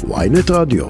ynet רדיו.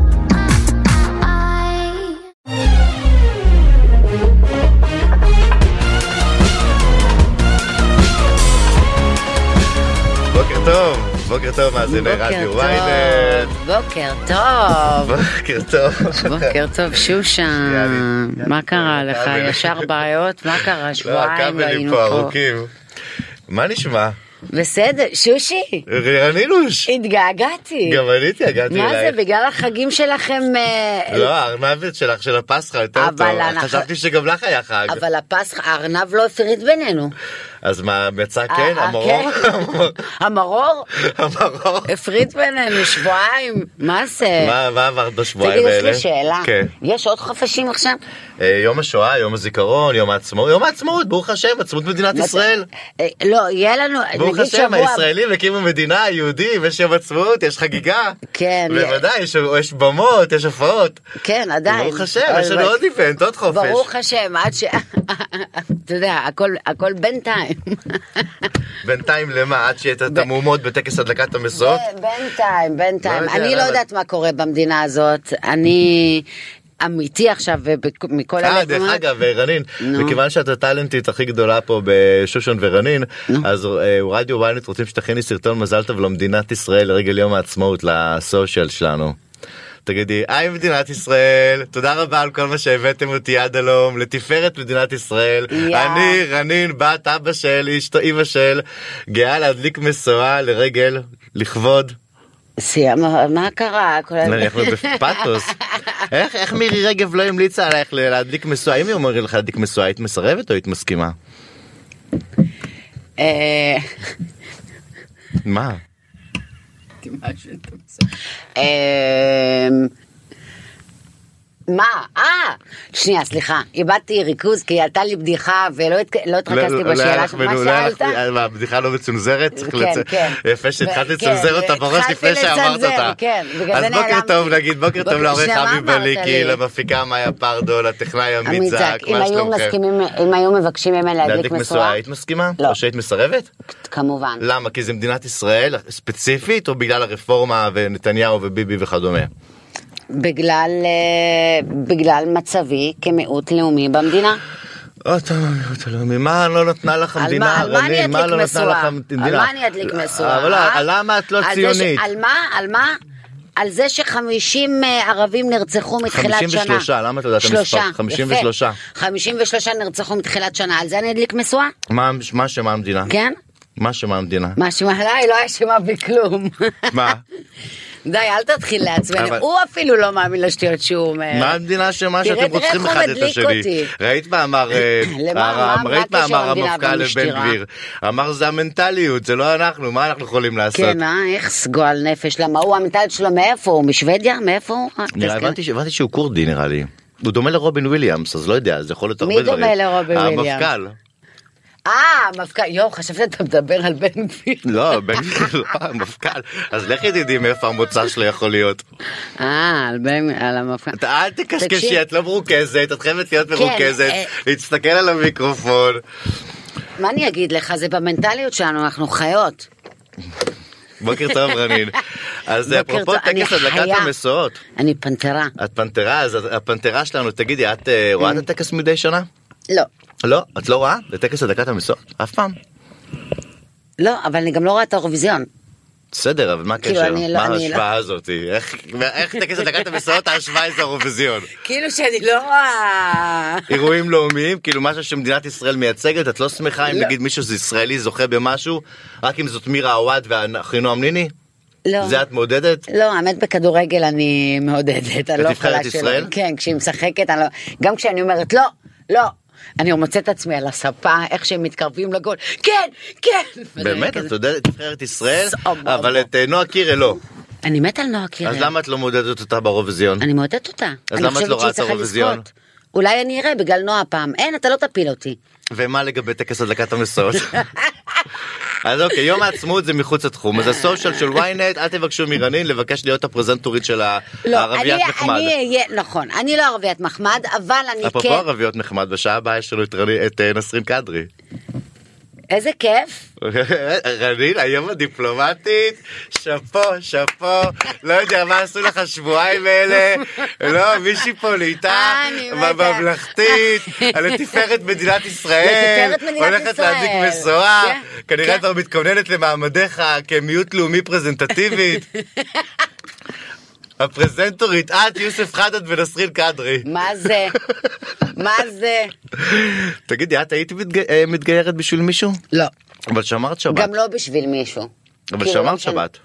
בוקר טוב, מאזיני רדיו ynet. בוקר טוב. בוקר טוב. בוקר טוב, שושן. מה קרה לך? ישר בעיות? מה קרה? שבועיים היינו פה. ארוכים. מה נשמע? בסדר, שושי. רנינוש. התגעגעתי. גם אני התגעגעתי מה אלייך. זה, בגלל החגים שלכם? לא, הארנבת שלך, של הפסחה, יותר טוב. חשבתי שגם לך היה חג. אבל הפסחה, הארנב לא הפריד בינינו. אז מה, יצא כן? המרור? המרור? המרור. הפריד בינינו שבועיים. מה זה? מה עברת בשבועיים האלה? תגיד, יש לי שאלה. כן. יש עוד חופשים עכשיו? יום השואה, יום הזיכרון, יום העצמאות. יום העצמאות, ברוך השם, עצמאות מדינת ישראל. לא, יהיה לנו, ברוך השם, הישראלים הקימו מדינה, יהודים, יש יום עצמאות, יש חגיגה. כן. בוודאי, יש במות, יש הופעות. כן, עדיין. ברוך השם, יש לנו עוד איבנט, עוד חופש. ברוך השם, עד ש... אתה יודע, הכל בינתיים. בינתיים למה? עד שיהיה את המהומות בטקס הדלקת המשואות? בינתיים. אני לא יודעת מה קורה במדינה הזאת. אני... אמיתי עכשיו ומכל הלב. דרך אגב, רנין, מכיוון שאת הטלנטית הכי גדולה פה בשושן ורנין, אז רדיו ynet רוצים שתכיני סרטון מזל טוב למדינת ישראל לרגל יום העצמאות לסושיאל שלנו. תגידי, היי מדינת ישראל, תודה רבה על כל מה שהבאתם אותי עד הלום, לתפארת מדינת ישראל. אני רנין, בת אבא של, אמא של, גאה להדליק משואה לרגל, לכבוד. מה קרה? אנחנו בפאטוס. איך מירי רגב לא המליצה עלייך להדליק משואה? אם היא אומרת לך להדליק משואה, היית מסרבת או היית מסכימה? מה? מה? שנייה, סליחה, איבדתי ריכוז כי הייתה לי בדיחה ולא התרכזתי בשאלה מה שאלת? הבדיחה לא מצונזרת? כן. יפה שהתחלת לצנזר אותה בראש לפני שאמרת אותה. אז בוקר טוב נגיד, בוקר טוב לעורך אבי בליקי, למפיקה מאיה פרדו, לטכנאי עמית זק, מה שלומכם? אם היו מבקשים ממנה להדליק משואה? היית מסכימה? לא. או שהיית מסרבת? כמובן. למה? כי זה מדינת ישראל ספציפית או בגלל הרפורמה ונתניהו וביבי וכדומה? בגלל מצבי כמיעוט לאומי במדינה. מיעוט לאומי, מה לא נתנה לך המדינה? על מה אני אדליק משואה? על מה אני אדליק משואה? אבל למה את לא ציונית? על מה? על זה ש50 ערבים נרצחו מתחילת שנה. 53, למה אתה יודעת את המספר? 53. 53 נרצחו מתחילת שנה, על זה אני אדליק משואה? מה שמה המדינה? כן? מה שמה המדינה? מה שמה? לא היה שמה בכלום. מה? די, אל תתחיל לעצבן, הוא אפילו לא מאמין לשטויות שהוא אומר. מה המדינה שמה שאתם רוצים אחד את השני? ראית מה אמר המפכ"ל לבן גביר? אמר זה המנטליות, זה לא אנחנו, מה אנחנו יכולים לעשות? כן, איך סגועל נפש, למה הוא המנטליות שלו מאיפה? הוא משוודיה? מאיפה הוא? הבנתי שהוא קורדי נראה לי. הוא דומה לרובין וויליאמס, אז לא יודע, זה יכול להיות הרבה דברים. מי דומה לרובין וויליאמס? המפכ"ל. מפכ"ל, חשבת שאתה מדבר על בן גביר. לא, בן גביר לא, המפכ"ל. אז לכי תדעי מאיפה המוצא שלו יכול להיות. על המפכ"ל. אל תקשקשי, את לא מרוכזת, את חייבת להיות מרוכזת, להסתכל על המיקרופון. מה אני אגיד לך, זה במנטליות שלנו, אנחנו חיות. בוקר טוב רנין. אז אפרופו טקס הדלקת המשואות. אני פנתרה. את פנתרה, אז הפנתרה שלנו, תגידי, את רואה את הטקס מדי שנה? לא. לא? את לא רואה? לטקס הדלקת המשואות? אף פעם? לא, אבל אני גם לא רואה את האירוויזיון. בסדר, אבל מה הקשר? מה ההשוואה הזאת? איך טקס הדלקת המשואות ההשוואה היא האירוויזיון? כאילו שאני לא רואה... אירועים לאומיים, כאילו משהו שמדינת ישראל מייצגת, את לא שמחה אם נגיד מישהו זה ישראלי זוכה במשהו, רק אם זאת מירה עווד ואחינועם ניני? לא. זה את מעודדת? לא, האמת בכדורגל אני מעודדת. את נבחרת ישראל? כן, כשהיא משחקת, גם כשאני אומרת לא. אני מוצאת את עצמי על הספה, איך שהם מתקרבים לגול, כן. באמת, את יודעת נבחרת ישראל, אבל את נועה קירל לא. אני מת על נועה קירל. אז למה את לא מעודדת אותה באירוויזיון? אני מעודדת אותה. אז למה את לא רואה את האירוויזיון? אולי אני אראה בגלל נועה פעם. אין, אתה לא תפיל אותי. ומה לגבי טקס הדלקת המשואות? אז אוקיי, יום העצמאות זה מחוץ לתחום, אז הסושיאל של ynet, אל תבקשו מרנין לבקש להיות הפרזנטורית של הערביית מחמד. נכון, אני לא ערביית מחמד, אבל אני כן... אפרופו ערביות מחמד, בשעה הבאה יש לנו את נסרין קדרי. איזה כיף. רנין, היום הדיפלומטית, שפו, לא יודע מה עשו לך שבועיים האלה, לא, מישהי פה לאיתה, בממלכתית, על לתפארת מדינת ישראל, הולכת להדליק משואה, כנראה אתה מתכוננת למעמדך כמיעוט לאומי פרזנטטיבית. הפרזנטורית, את, יוסף חדד ונסרין קדרי. מה זה? מה זה? תגידי, את היית מתגיירת בשביל מישהו? לא. אבל שמרת שבת. גם לא בשביל מישהו. אבל שמרת שבת.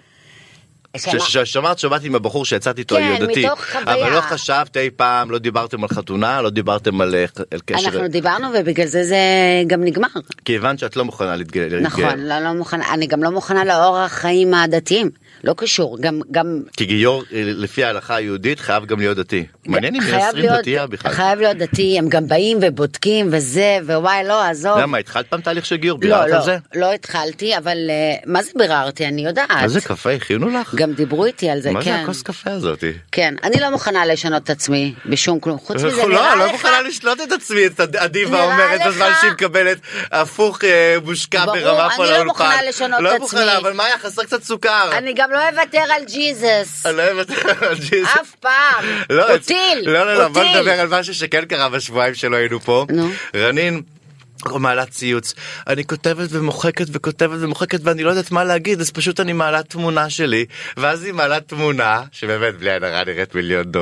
שמרת שבת עם הבחור שיצאתי איתו יהודתי. מתוך חוויה. אבל לא חשבת אי פעם, לא דיברתם על חתונה, לא דיברתם על קשר. אנחנו דיברנו ובגלל זה גם נגמר. כי הבנת שאת לא מוכנה להתגייר. נכון, לא מוכנה. אני גם לא מוכנה לאורח חיים הדתיים. לא קשור, גם... כי גיור, לפי ההלכה היהודית, חייב גם להיות דתי. מעניין אם יסרים דתייה בכלל. חייב להיות דתי, הם גם באים ובודקים וזה, ווואי, לא, עזוב. למה, התחלת פעם תהליך של גיור? ביררת על זה? לא התחלתי, אבל מה זה ביררתי? אני יודעת. מה זה קפה? הכינו לך? גם דיברו איתי על זה, כן. מה זה הכוס קפה הזאת? כן, אני לא מוכנה לשנות את עצמי בשום כלום. חוץ מזה, נראה לך... לא מוכנה לשלוט את עצמי, את הדיבה אומרת בזמן שהיא מקבלת הפוך מושקע ברמה פה לאולפן. אני לא מוכנה לשנות את עצמי. לא מוכנה, אבל מה היה? חסר קצת סוכר. אני גם לא אוותר על ג'יזוס. אני לא אוותר על ג'יזוס. אף פעם. אותיל. לא, בוא נדבר על משהו שכן קרה בשבועיים שלא היינו פה. רנין, מעלת ציוץ. אני כותבת ומוחקת וכותבת ומוחקת ואני לא יודעת מה להגיד, אז פשוט אני מעלת תמונה שלי, ואז היא מעלת תמונה, שבאמת בלי הנראה נראית $1,000,000,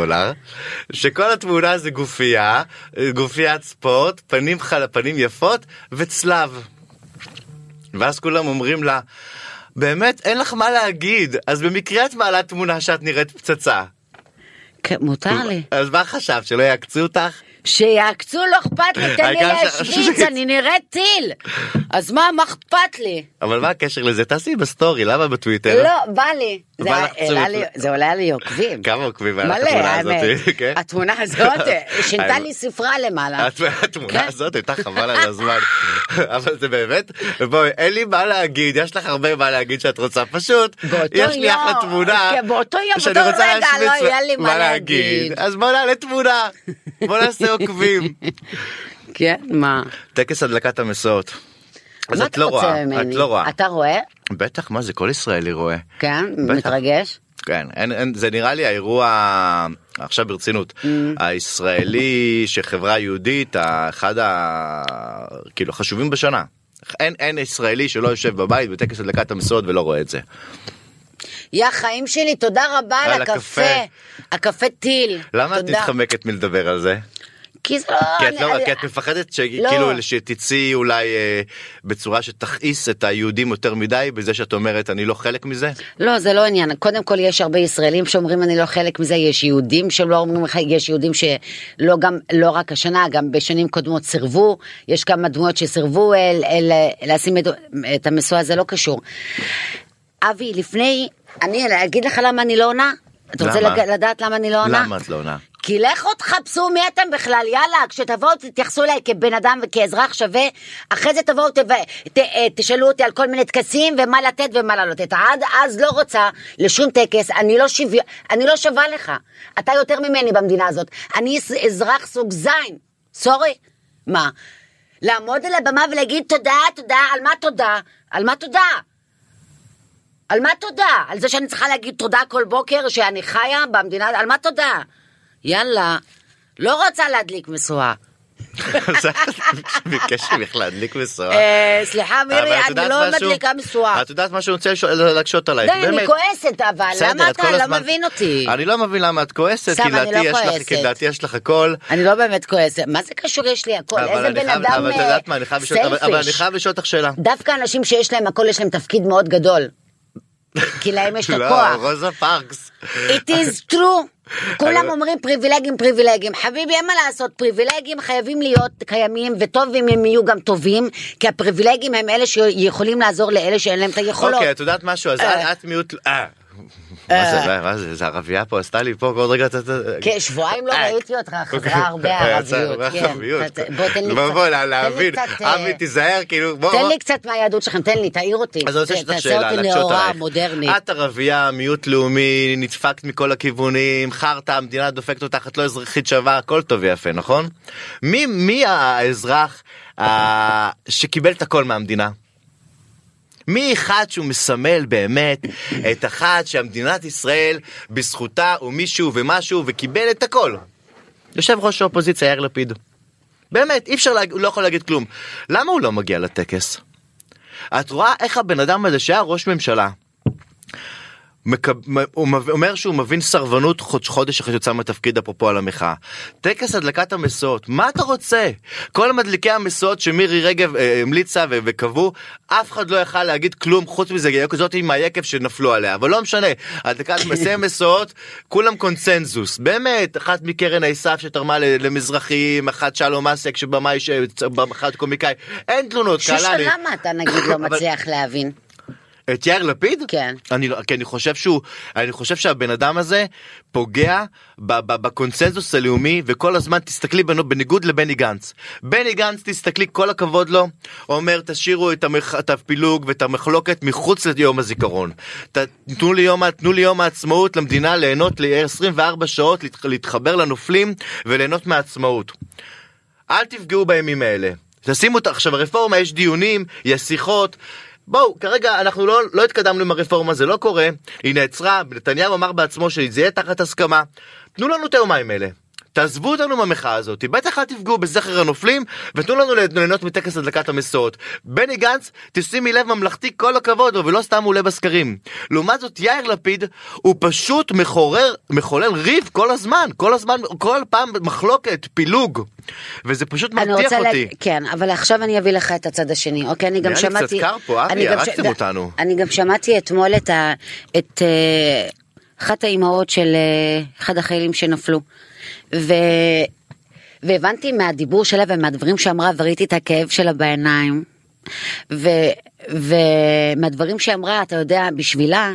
שכל התמונה זה גופיית ספורט, פנים יפות וצלב. ואז כולם אומרים לה, באמת אין לך מה להגיד, אז במקרה את מעלת תמונה שאת נראית פצצה. מותר לי. אז מה חשבת, שלא יעקצו אותך? שיעקצו, לא אכפת לי, תן לי להשוויץ, אני נראית טיל. אז מה אכפת לי? אבל מה הקשר לזה? תעשי בסטורי, למה בטוויטר? לא, בא לי. זה עולה לי עוקבים. כמה עוקבים היה לך התמונה הזאת? התמונה הזאת, שינתה לי ספרה למעלה. התמונה הזאת הייתה חבל על הזמן. אבל זה באמת, בואי, אין לי מה להגיד, יש לך הרבה מה להגיד שאת רוצה, פשוט, יש לי אחלה תמונה, באותו יום, באותו רגע, לא היה לי מה להגיד. אז בוא נעלה תמונה, בוא נעשה עוקבים. כן, מה? טקס הדלקת המשואות. אז את לא רואה. אתה רואה? בטח, מה זה? כל ישראלי רואה. כן, מתרגש. כן, זה נראה לי האירוע, עכשיו ברצינות, הישראלי שחברה יהודית, אחד כאילו חשובים בשנה. אין ישראלי שלא יושב בבית בטקס הדלקת המשואות ולא רואה את זה. יא חיים שלי, תודה רבה על הקפה. הקפה טיל. למה את מתחמקת מלדבר על זה? כי זה לא... כי את מפחדת שכאילו שתצאי אולי בצורה שתכעיס את היהודים יותר מדי, בזה שאת אומרת אני לא חלק מזה? לא, זה לא עניין. קודם כל יש הרבה ישראלים שאומרים אני לא חלק מזה, יש יהודים שלא אומרים, יש יהודים שלא גם, לא רק השנה, גם בשנים קודמות סירבו, יש כמה דמויות שסירבו לשים את המשואה, זה לא קשור. אבי, לפני, אני אגיד לך למה אני לא עונה? אתה רוצה לדעת למה אני לא עונה? למה את לא עונה? כי לכו תחפשו מי אתם בכלל, יאללה, כשתבואו תתייחסו אליי כבן אדם וכאזרח שווה, אחרי זה תבואו תשאלו אותי על כל מיני טקסים ומה לתת ומה לא לתת. עד אז לא רוצה לשום טקס, אני לא שווה לך, אתה יותר ממני במדינה הזאת, אני אזרח סוג זין, סורי, מה? לעמוד על הבמה ולהגיד תודה, על מה תודה? על מה תודה? על מה תודה? על זה שאני צריכה להגיד תודה כל בוקר שאני חיה במדינה, על מה תודה? יאללה, לא רוצה להדליק משואה. ביקש ממך להדליק משואה. סליחה מירי, אני לא מדליקה משואה. את יודעת מה שאני רוצה להקשות עלייך? די, אני כועסת, אבל למה אתה לא מבין אותי? אני לא מבין למה את כועסת, כי לדעתי יש לך הכל. אני לא באמת כועסת. מה זה קשור יש לי הכל? איזה בן אדם סלפיש. אבל אני חייב לשאול אותך שאלה. דווקא אנשים שיש להם הכל, יש להם תפקיד מאוד גדול. כי להם יש את הכוח. לא, רוזה פארקס. It is true. כולם אומרים פריבילגים. חביבי, אין מה לעשות, פריבילגים חייבים להיות קיימים, וטוב אם הם יהיו גם טובים, כי הפריבילגים הם אלה שיכולים לעזור לאלה שאין להם את היכולות. אוקיי, את יודעת משהו, אז את מיעוט... מה זה, זה ערבייה פה, עשתה לי פה כל רגע... כן, שבועיים לא ראיתי אותך, חזרה הרבה ערביות. בוא, להבין, אבי תיזהר, כאילו... תן לי קצת מהיהדות שלכם, תן לי, תעיר אותי. אז אני רוצה שתך שאלה, להקשות עלייך. את ערבייה, מיעוט לאומי, נדפקת מכל הכיוונים, חרת, המדינה דופקת אותך, את לא אזרחית שווה, הכל טוב ויפה, נכון? מי האזרח שקיבל את הכל מהמדינה? מי אחד שהוא מסמל באמת את אחד שהמדינת ישראל בזכותה הוא מישהו ומשהו וקיבל את הכל? יושב ראש האופוזיציה יאיר לפיד. באמת, הוא לא יכול להגיד כלום. למה הוא לא מגיע לטקס? את רואה איך הבן אדם הזה שהיה ראש ממשלה, הוא אומר שהוא מבין סרבנות חודש אחרי שיוצא מהתפקיד אפרופו על המחאה. טקס הדלקת המסעות, מה אתה רוצה? כל מדליקי המסעות שמירי רגב המליצה וקבעו, אף אחד לא יכל להגיד כלום חוץ מזה, זאת עם היקב שנפלו עליה, אבל לא משנה, הדלקת מסעות, כולם קונצנזוס, באמת, אחת מקרן היסף שתרמה למזרחים, אחת שלום מסק שבמאי, אחת קומיקאי, אין תלונות. שושן, למה אתה נגיד לא מצליח להבין? את יאיר לפיד? כן. כי אני חושב שהבן אדם הזה פוגע בקונצנזוס הלאומי, וכל הזמן תסתכלי בניגוד לבני גנץ. בני גנץ, תסתכלי, כל הכבוד לו, אומר, תשאירו את הפילוג ואת המחלוקת מחוץ ליום הזיכרון. תנו לי יום העצמאות למדינה ליהנות ל-24 שעות, להתחבר לנופלים וליהנות מהעצמאות. אל תפגעו בימים האלה. תשימו עכשיו הרפורמה, יש דיונים, יש שיחות, בואו, כרגע אנחנו לא התקדמנו עם הרפורמה, זה לא קורה, היא נעצרה, נתניהו אמר בעצמו שזה יהיה תחת הסכמה, תנו לנו את היומיים האלה, תעזבו אותנו מהמחאה הזאת, בטח אל תפגעו בזכר הנופלים, ותנו לנו ליהנות מטקס הדלקת המסעות. בני גנץ, תשימי לב ממלכתי כל הכבוד, ולא סתם עולה בסקרים. לעומת זאת, יאיר לפיד, הוא פשוט מחולל ריב כל הזמן, כל פעם מחלוקת, פילוג, וזה פשוט מרתיח אותי. כן, אבל עכשיו אני אביא לך את הצד השני, אוקיי? אני גם שמעתי... קצת קר פה, אבי, הרקתם אותנו. אני גם שמעתי אתמול את אחת האימהות של אחד החיילים שנפלו. והבנתי מהדיבור שלה ומהדברים שאמרה, וראיתי את הכאב שלה בעיניים, ומהדברים שאמרה, אתה יודע, בשבילה,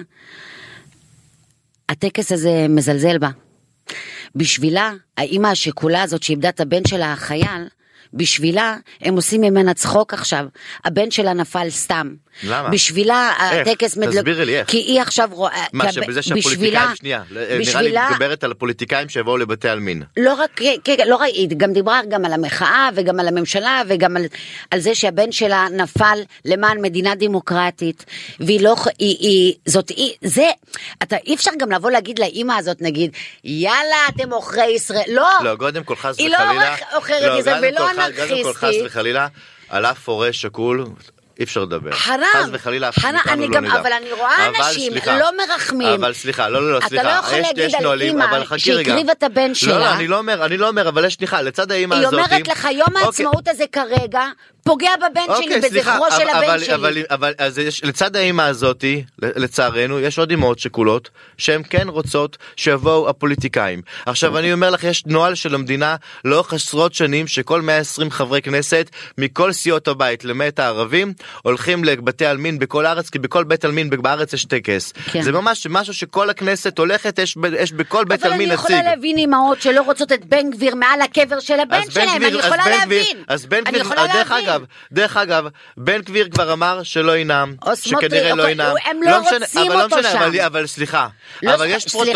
הטקס הזה מזלזל בה. בשבילה, האמא השכולה הזאת שאיבדה את הבן שלה, החייל, בשבילה, הם עושים ממנה צחוק עכשיו. הבן שלה נפל סתם. למה? בשבילה הטקס תסבירי לי איך. כי היא עכשיו מה, שבזה שהפוליטיקאים, שנייה, נראה לי מדברת על הפוליטיקאים שיבואו לבתי עלמין. לא ראית, גם דיברה גם על המחאה וגם על הממשלה וגם על זה שהבן שלה נפל למען מדינה דמוקרטית, והיא לא, זה, אי אפשר גם לבוא להגיד לאמא הזאת, נגיד, יאללה, אתם אוכרי ישראל, לא, קודם כל חס היא וחלילה. היא לא אוכרת ישראל ולא אנרכיסטית. קודם כל חס וחלילה, על אף הורה שקול, אי אפשר לדבר. חרם, אבל אני רואה אנשים לא מרחמים. אבל סליחה, לא, אתה לא יכול להגיד על אימא שהקריבה את הבן שלה. לא, אני לא אומר, אבל יש סליחה, לצד האימא הזאת. היא אומרת לך, יום העצמאות הזה כרגע פוגע בבן שלי, בזכרו של הבן שלי. אבל לצד האימא הזאת, לצערנו, יש עוד אימהות שכולות, שהן כן רוצות שיבואו הפוליטיקאים. עכשיו אני אומר לך, יש נוהל של המדינה לאורך עשרות שנים, שכל 120 חברי כנסת, מכל סיעות הבית, למעט הערבים, הולכים לבתי עלמין בכל הארץ, כי בכל בית עלמין בארץ יש טקס. זה ממש משהו שכל הכנסת הולכת, יש בכל בית עלמין נציג. אבל אני יכולה להבין אימהות שלא רוצות את בן גביר מעל הקבר של הבן שלהם, אני יכולה להבין. אז בן גביר, דרך אגב, בן גביר כבר אמר שלא ינם, שכנראה לא ינם. הם לא רוצים אותו שם. אבל סליחה, אבל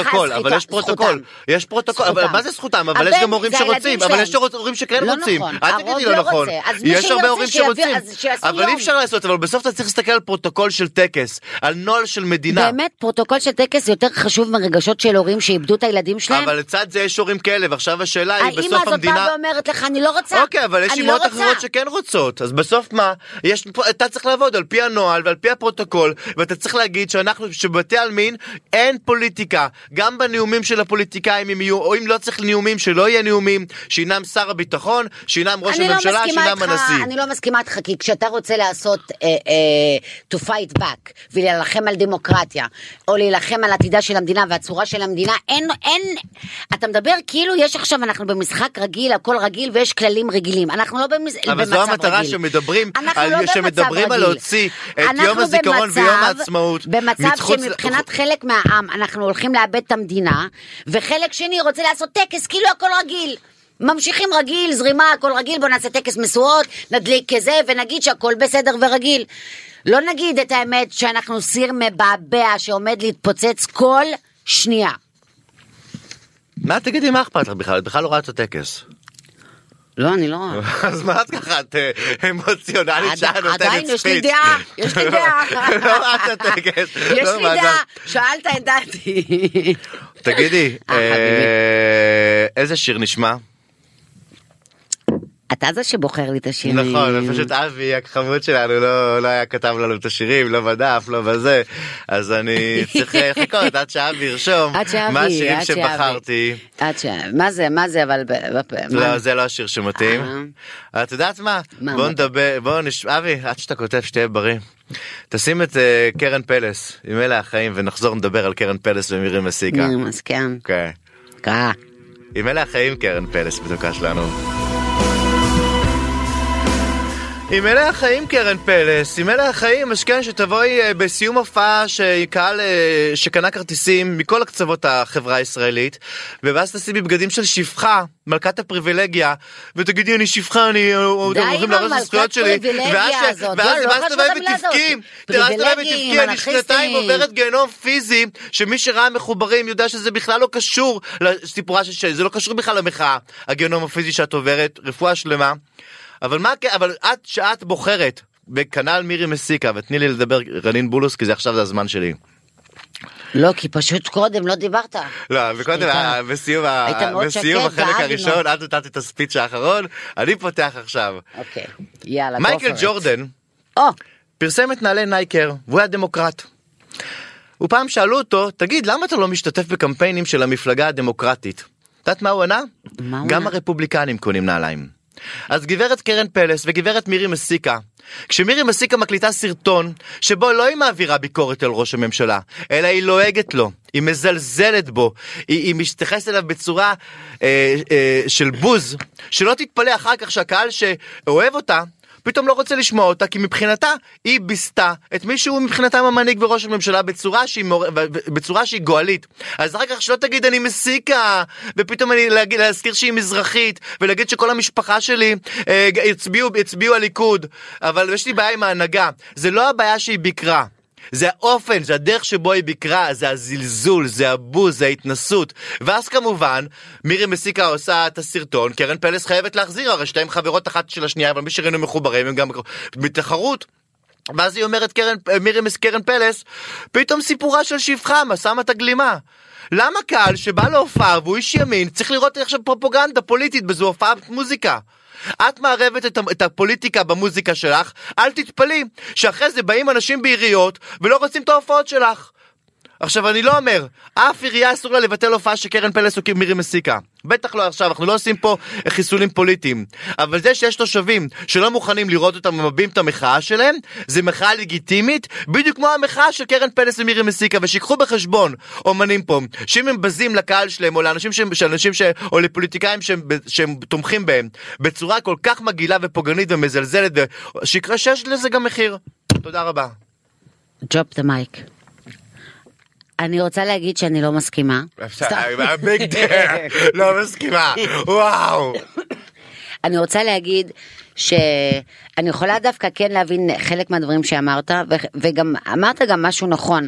יש פרוטוקול, אבל מה זה זכותם? אבל יש גם הורים שרוצים, אבל יש הורים שכן רוצים. אל תגידי לא נכון. יש הרבה הורים שרוצים, אבל אי אפשר לעשות, אבל בסוף אתה צריך להסתכל על פרוטוקול של טקס, על נוהל של מדינה. באמת, פרוטוקול של טקס יותר חשוב מרגשות של הורים שאיבדו את הילדים שלהם. אבל לצד זה יש הורים כאלה, ועכשיו השאלה היא בסוף המדינה. האמא הזאת באה ואומרת לך, אני לא רוצה. אוקיי, אבל יש אמהות אחרות שכן רוצות. אז בסוף מה? אתה צריך לעבוד על פי הנוהל ועל פי הפרוטוקול, ואתה צריך להגיד שבתי עלמין אין פוליטיקה. גם בנאומים של הפוליטיקאים, או אם לא צריך נאומים, שלא יהיה נאומים, שינם שר הביטחון, שינם ראש הממשלה, שינם הנשיא. אני לא מסכימה איתך, כי כשאתה רוצה לעשות to fight back, ולהילחם על דמוקרטיה, או להילחם על עתידה של המדינה והצורה של המדינה, אין, אתה מדבר כאילו יש עכשיו, אנחנו במשחק רגיל, הכל רגיל, ויש כללים רגילים. אנחנו לא במצב רגיל. אבל זו המטרה שמדברים על להוציא את יום הזיכרון ויום העצמאות. במצב שמבחינת חלק מהעם, אנחנו הולכים לאבד את המדינה, וחלק שני רוצה לעשות טקס, כאילו הכל רגיל. ממשיכים רגיל, זרימה, הכל רגיל, בוא נעשה טקס מסועות, נדליק כזה, ונגיד שהכל בסדר ורגיל. לא נגיד את האמת שאנחנו סיר מבעבע שעומד להתפוצץ כל שנייה. מה תגידי, מה אכפת לך בכלל? בכלל לא ראה את הטקס. לא, אני לא רואה. אז מה את ככה? את אמוציונלית שאת נותנת ספיץ. עדיין, יש לי דעה. לא, את שתקת. יש לי דעה. שאלת את דעתי. תגידי, איזה שיר נשמע? אתה זה שבוחר לי את השירים. נכון, פשוט אבי, החמוד שלנו, לא היה כתב לנו את השירים, לא בדף, לא בזה, אז אני צריך לחכות עד שאבי ירשום מה השירים שבחרתי. מה זה, אבל... לא, זה לא השיר שמתאים. את יודעת מה? בוא נדבר, אבי, עד שאתה כותב שתהיה בריא. תשים את קרן פלס, עם אלה החיים, ונחזור נדבר על קרן פלס ומירי מסיקה. מירי מסיקה. כן. עם אלה החיים קרן פלס בדוקה שלנו. עם אלה החיים קרן פלס, עם אלה החיים משכן שתבואי בסיום הופעה שקהל שקנה כרטיסים מכל הקצוות החברה הישראלית, ואז תשימי בגדים של שפחה, מלכת הפריבילגיה, ותגידי אני שפחה, אני הולכים להרוס את הזכויות שלי, ואז תבואי ותבכי, אני שנתיים עוברת גיהנום פיזי, שמי שראה מחוברים יודע שזה בכלל לא קשור לסיפורה של זה לא קשור בכלל למחאה, הגיהנום הפיזי שאת עוברת, רפואה שלמה. אבל שאת בוחרת בכנל מירי מסיקה, ותני לי לדבר רנין בולוס, כי זה עכשיו זה הזמן שלי. לא, כי פשוט קודם לא דיברת. לא, וקודם בסיום החלק הראשון, את נתת את הספיץ' האחרון, אני פותח עכשיו. אוקיי, יאללה. מייקל ג'ורדן פרסם את נעלי נייקר, והוא היה דמוקרט. ופעם שאלו אותו, תגיד, למה אתה לא משתתף בקמפיינים של המפלגה הדמוקרטית? יודעת מה הוא ענה? גם הרפובליקנים קונים נעליים. אז גברת קרן פלס וגברת מירי מסיקה, כשמירי מסיקה מקליטה סרטון שבו לא היא מעבירה ביקורת על ראש הממשלה, אלא היא לועגת לו, היא מזלזלת בו, היא מתייחסת אליו בצורה של בוז, שלא תתפלא אחר כך שהקהל שאוהב אותה פתאום לא רוצה לשמוע אותה, כי מבחינתה היא ביסתה את מישהו מבחינתם המנהיג וראש הממשלה בצורה שהיא גואלית. אז אחר כך שלא תגיד אני מסיקה, ופתאום אני להזכיר שהיא מזרחית, ולהגיד שכל המשפחה שלי הצביעו הליכוד. אבל יש לי בעיה עם ההנהגה, זה לא הבעיה שהיא ביקרה, זה האופן, זה הדרך שבו היא ביקרה, זה הזלזול, זה הבוז, זה ההתנסות. ואז כמובן, מירי מסיקה עושה את הסרטון, קרן פלס חייבת להחזיר, הרי שתיים חברות אחת של השנייה, אבל מי שראינו מחוברים, הם גם בתחרות. ואז היא אומרת, קרן פלס, פתאום סיפורה של שפחה, שמה את הגלימה. למה קהל שבא להופעה, והוא איש ימין, צריך לראות עכשיו פרופוגנדה פוליטית, בזו הופעת מוזיקה. את מערבת את הפוליטיקה במוזיקה שלך, אל תתפלי שאחרי זה באים אנשים בעיריות ולא רוצים את ההופעות שלך. עכשיו אני לא אומר, אף עירייה אסור לה לבטל הופעה שקרן פלס או מירי מסיקה, בטח לא עכשיו, אנחנו לא עושים פה חיסולים פוליטיים, אבל זה שיש תושבים שלא מוכנים לראות אותם ומביעים את המחאה שלהם, זה מחאה לגיטימית, בדיוק כמו המחאה של קרן פלס ומירי מסיקה, ושיקחו בחשבון אומנים פה, שאם הם בזים לקהל שלהם, או לאנשים או לפוליטיקאים שהם תומכים בהם, בצורה כל כך מגעילה ופוגענית ומזלזלת, שיקרה שיש לזה גם מחיר. תודה רבה. Drop the mic. אני רוצה להגיד שאני לא מסכימה. לא מסכימה, וואו. אני רוצה להגיד שאני יכולה דווקא כן להבין חלק מהדברים שאמרת, וגם אמרת גם משהו נכון.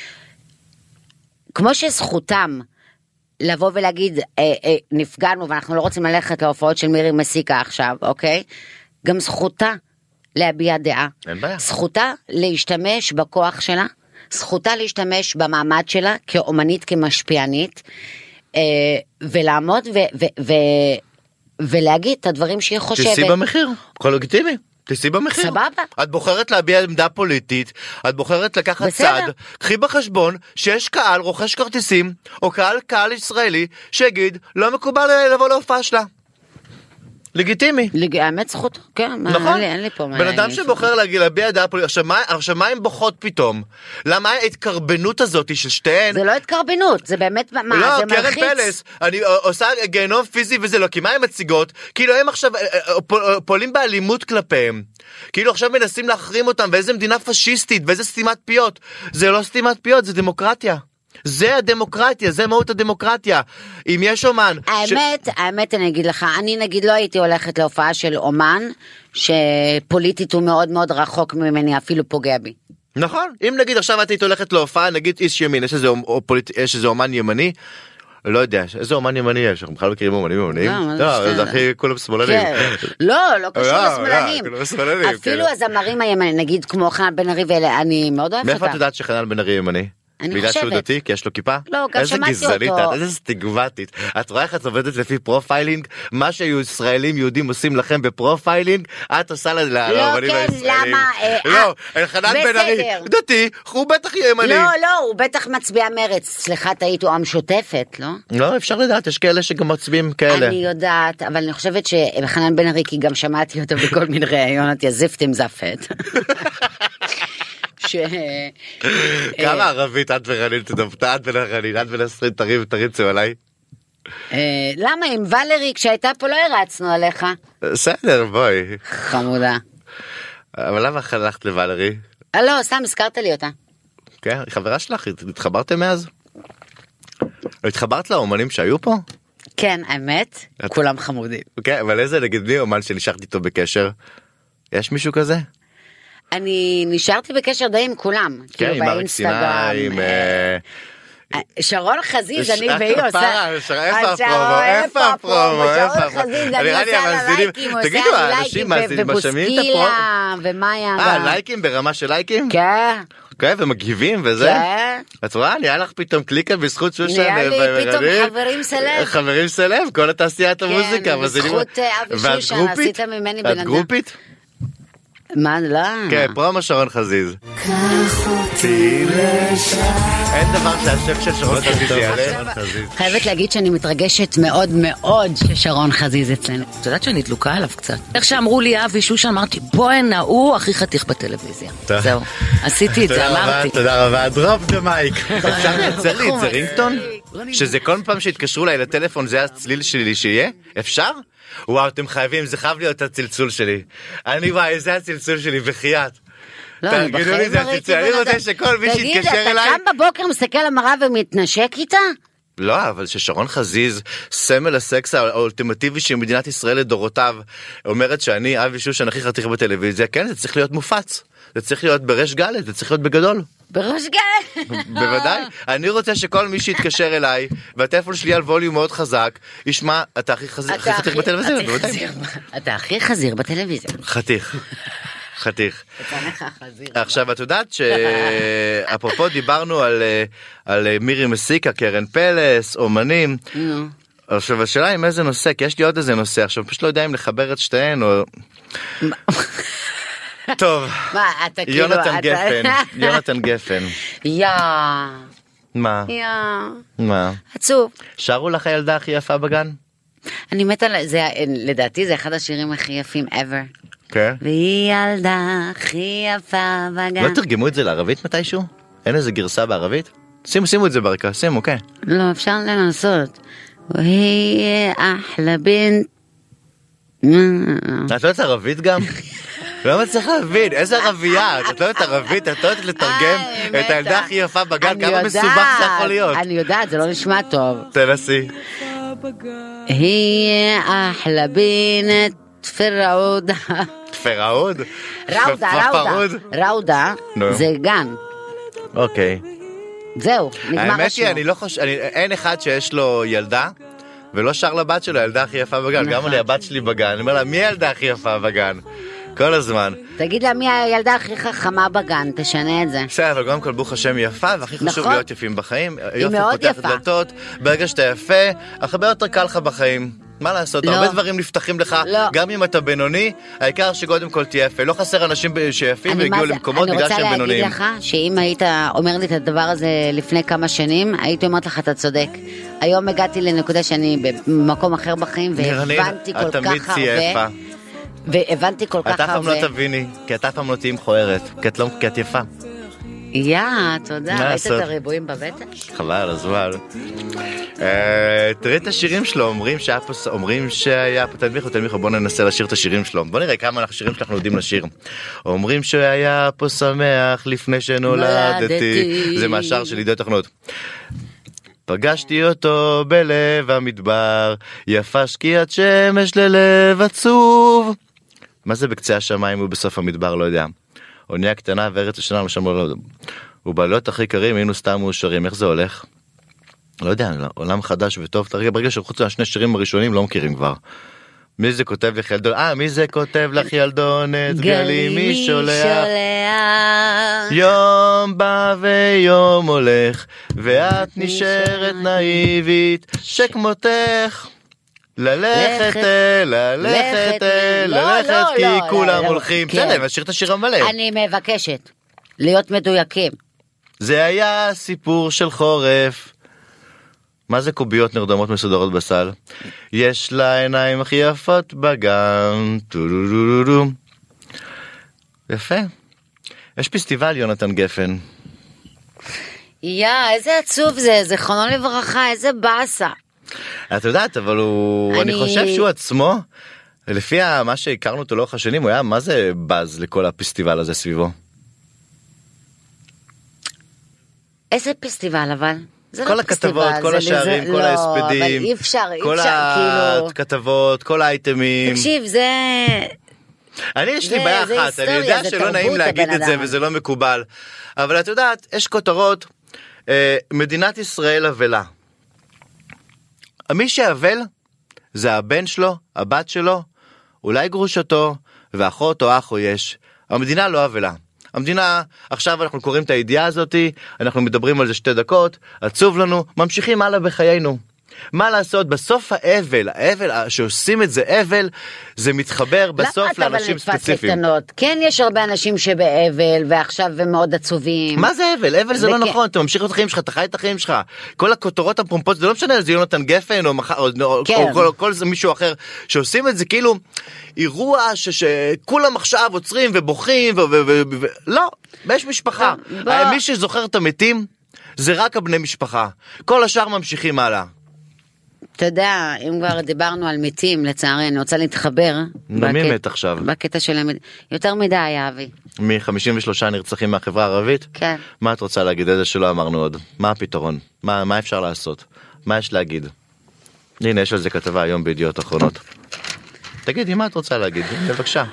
כמו שזכותם לבוא ולהגיד, נפגענו ואנחנו לא רוצים ללכת להופעות של מירי מסיקה עכשיו, אוקיי? גם זכותה להביע דעה. אין בעיה. זכותה להשתמש בכוח שלה. זכותה להשתמש במעמד שלה כאומנית, כמשפיענית, ולעמוד ולהגיד את הדברים שהיא חושבת. תעשי במחיר, כל לגיטימי, תעשי במחיר. סבבה. את בוחרת להביע עמדה פוליטית, את בוחרת לקחת צד, קחי בחשבון שיש קהל רוכש כרטיסים, או קהל ישראלי, שיגיד, לא מקובל לבוא להופעה שלה. לגיטימי. האמת זכות, כן, נכון. אין לי פה מה. בן אדם שבוחר להביע דעה פוליטית, עכשיו מה הן בוכות פתאום? למה ההתקרבנות הזאת של שתיהן? זה לא התקרבנות, זה באמת, מה, לא, זה מלחיץ. קרן פלס, אני עושה גיהנום פיזי וזה לא, כי מה הן מציגות? כאילו הם עכשיו פועלים באלימות כלפיהם. כאילו עכשיו מנסים להחרים אותם, ואיזה מדינה פשיסטית, ואיזה סתימת פיות. זה לא סתימת פיות, זה דמוקרטיה. זה הדמוקרטיה, זה מהות הדמוקרטיה. אם יש אומן... האמת אני אגיד לך, אני נגיד לא הייתי הולכת להופעה של אומן, שפוליטית הוא מאוד מאוד רחוק ממני, אפילו פוגע בי. נכון, אם נגיד עכשיו את היית הולכת להופעה, נגיד איש ימין, יש איזה אומן ימני, לא יודע, איזה אומן ימני יש? אנחנו בכלל מכירים אומנים ימניים? לא, זה הכי כולם שמאלנים. לא קשור לשמאלנים. אפילו הזמרים הימנים, נגיד כמו חנן בן ארי ואלה, אני מאוד אוהבת אותה. מאיפה את יודעת שחנן בן ארי ימני? בגלל שהוא דתי, כי יש לו כיפה? לא, גם שמעתי אותו. איזה סטיגמטית. את רואה איך את עובדת לפי פרופיילינג? מה שישראלים יהודים עושים לכם בפרופיילינג, את עושה לאמנים הישראלים. לא, חנן בן ארי, דתי, הוא בטח יהיה ימני. לא, הוא בטח מצביע מרץ. סליחה, טעית, הוא המשותפת, לא? לא, אפשר לדעת, יש כאלה שגם מצביעים כאלה. אני יודעת, אבל אני חושבת שחנן בן ארי, כי גם שמעתי אותו בכל מיני ראיונות, יזפתם זפת. כמה ערבית את ורנית תדפתה, את ורנית, את ונסרין תריצו עליי. למה עם ולרי כשהייתה פה לא הרצנו עליך? בסדר, בואי. חמודה. אבל למה הלכת לוולרי? לא, סתם הזכרת לי אותה. כן, היא חברה שלך, התחברתם מאז? התחברת לאומנים שהיו פה? כן, האמת, כולם חמודים. כן, אבל איזה נגיד מי אומן שנשארת איתו בקשר? יש מישהו כזה? אני נשארתי בקשר די עם כולם, כאילו באינסטגרם. שרון חזיז, אני והיא עושה... איפה הפרומו? שרון חזיז, אני עושה לה לייקים, הוא עושה לייקים ובוסקילה, ומאיה. לייקים ברמה של לייקים? כן. כן, ומגיבים וזה? כן. את רואה, נהיה לך פתאום קליקה בזכות שושן. נהיה לי פתאום חברים סלב. חברים סלב, כל התעשיית המוזיקה. כן, בזכות אבי שושן, עשית ממני בן אדם. את גרופית? מה, לא? כן, פרומו שרון חזיז. אין דבר שהשם של שרון חזיז יעלה. חייבת להגיד שאני מתרגשת מאוד מאוד ששרון חזיז אצלנו. את יודעת שאני דלוקה עליו קצת. איך שאמרו לי אבי שושן, אמרתי בואנה, הוא הכי חתיך בטלוויזיה. זהו, עשיתי את זה, אמרתי. תודה רבה, דרופ דה מייק. אפשר לייצר לי את זה רינגטון? שזה כל פעם שהתקשרו אליי לטלפון זה הצליל שלי שיהיה? אפשר? וואו, אתם חייבים, זה חייב להיות הצלצול שלי. וואי, זה הצלצול שלי, בחייאת. תגידו לי, זה הצלצול, אני רוצה שכל מי שיתקשר אליי... תגיד, אתה קם בבוקר, מסתכל על המראה ומתנשק איתה? לא, אבל ששרון חזיז, סמל הסקס האולטימטיבי של מדינת ישראל לדורותיו, אומרת שאני, אבי שושן, הכי חתיך בטלוויזיה, כן, זה צריך להיות מופץ. זה צריך להיות ברש גלת, זה צריך להיות בגדול. בראש גלת? בוודאי. אני רוצה שכל מי שיתקשר אליי, והטלפון שלי על ווליום מאוד חזק, ישמע, אתה הכי חתיך בטלוויזיה. אתה הכי חזיר בטלוויזיה. חתיך. עכשיו את יודעת שאפרופו דיברנו על מירי מסיקה, קרן פלס, אומנים. עכשיו השאלה עם איזה נושא, כי יש לי עוד איזה נושא, עכשיו פשוט לא יודע אם לחבר את שתיהן או... טוב, יונתן גפן. מה? עצוב. שרו לך הילדה הכי יפה בגן? אני מתה, לדעתי זה אחד השירים הכי יפים ever. כן. והיא ילדה הכי יפה בגן. לא תרגמו את זה לערבית מתישהו? אין איזה גרסה בערבית? שימו את זה ברקע, שימו, כן. לא, אפשר לנסות. והיא אחלה בנט. את לא יודעת ערבית גם? לא מצליח להבין, איזה ערבייה, את לא יודעת ערבית, את לא יודעת לתרגם את הילדה הכי יפה בגן, כמה מסובך זה יכול להיות. אני יודעת, זה לא נשמע טוב. תנסי. היא אחלה בנט פרעודה. פרעוד? ראודה, זה גן. אוקיי. זהו, נגמר השם. האמת היא, אני לא חושב, אין אחד שיש לו ילדה, ולא שר לבת שלו, הילדה הכי יפה בגן. גם לי הבת שלי בגן, אני אומר לה, מי הילדה הכי יפה בגן? כל הזמן. תגיד לה, מי הילדה הכי חכמה בגן, תשנה את זה. בסדר, אבל גם כל ברוך השם יפה, והכי חשוב להיות יפים בחיים. היא מאוד יפה. יופי פותח דלתות, ברגע שאתה יפה, הרבה יותר קל לך בחיים. מה לעשות? הרבה דברים נפתחים לך, גם אם אתה בינוני, העיקר שקודם כל תהיה יפה. לא חסר אנשים שיפים והגיעו למקומות בגלל שהם בינוניים. אני רוצה להגיד לך שאם היית אומר לי את הדבר הזה לפני כמה שנים, הייתי אומרת לך, אתה צודק. היום הגעתי לנקודה שאני במקום אחר בחיים, והבנתי כל כך הרבה. והבנתי כל כך הרבה. אתה פעם לא תביני, כי אתה פעם לא תהיה מכוערת, כי את יפה. תודה, ראית את הריבועים בבטן? חבל על הזמן. תראי את השירים שלו, אומרים שהיה פה תנמיכו, בוא ננסה לשיר את השירים שלו. בוא נראה כמה שירים שאנחנו יודעים לשיר. אומרים שהיה פה שמח לפני שנולדתי. זה מהשאר של ידיעות אחרונות. פגשתי אותו בלב המדבר, יפה שקיעת שמש ללב עצוב. מה זה בקצה השמיים ובסוף המדבר? לא יודע. אונייה קטנה וארץ השנה, משם לא יודע. ובעלות הכי קרים היינו סתם מאושרים. איך זה הולך? לא יודע, עולם חדש וטוב, ברגע שחוץ מהשני שירים הראשונים לא מכירים כבר. מי זה כותב לך ילדון? מי זה כותב לך ילדונת? גלי מי שולח? יום בא ויום הולך, ואת נשארת נאיבית, שכמותך. ללכת, כי כולם הולכים. בסדר, נשאיר את השיר המלא. אני מבקשת להיות מדויקים. זה היה סיפור של חורף. מה זה קוביות נרדמות מסודרות בסל? יש לה עיניים הכי יפות בגן. יפה. יש פסטיבל יונתן גפן. איזה עצוב זה, זכרונו לברכה, איזה באסה. את יודעת, אבל אני חושב שהוא עצמו, לפי מה שהכרנו אותו לאורך השנים, הוא היה מה זה בז לכל הפסטיבל הזה סביבו. איזה פסטיבל אבל? כל הכתבות, כל השערים, כל ההספדים, כל הכתבות, כל האייטמים. תקשיב, זה... יש לי בעיה אחת, אני יודע שלא נעים להגיד את זה וזה לא מקובל, אבל את יודעת, יש כותרות, מדינת ישראל אבלה. מי שאבל זה הבן שלו, הבת שלו, אולי גרושתו, ואחות או אח או יש. המדינה לא אבלה. המדינה, עכשיו אנחנו קוראים את הידיעה הזאת, אנחנו מדברים על זה 2 דקות, עצוב לנו, ממשיכים הלאה בחיינו. מה לעשות? בסוף האבל שעושים את זה אבל, זה מתחבר בסוף לאנשים ספציפיים. כן, יש הרבה אנשים שבאבל, ועכשיו הם מאוד עצובים. מה זה אבל? אבל זה לא נכון, אתה ממשיך את החיים שלך, אתה חי את החיים שלך. כל הכותרות הפרומפות, זה לא משנה, זה יונתן גפן, או כל מישהו אחר, שעושים את זה כאילו, אירוע שכולם עכשיו עוצרים ובוכים, לא, יש משפחה. מי שזוכר את המתים, זה רק הבני משפחה. כל השאר ממשיכים הלאה. אתה יודע, אם כבר דיברנו על מתים, לצערי, אני רוצה להתחבר. מי מת עכשיו? בקטע של יותר מדי, אבי. מ-53 נרצחים מהחברה הערבית? כן. מה את רוצה להגיד? איזה שלא אמרנו עוד? מה הפתרון? מה אפשר לעשות? מה יש להגיד? הנה, יש על זה כתבה היום בידיעות אחרונות. תגידי, מה את רוצה להגיד? בבקשה.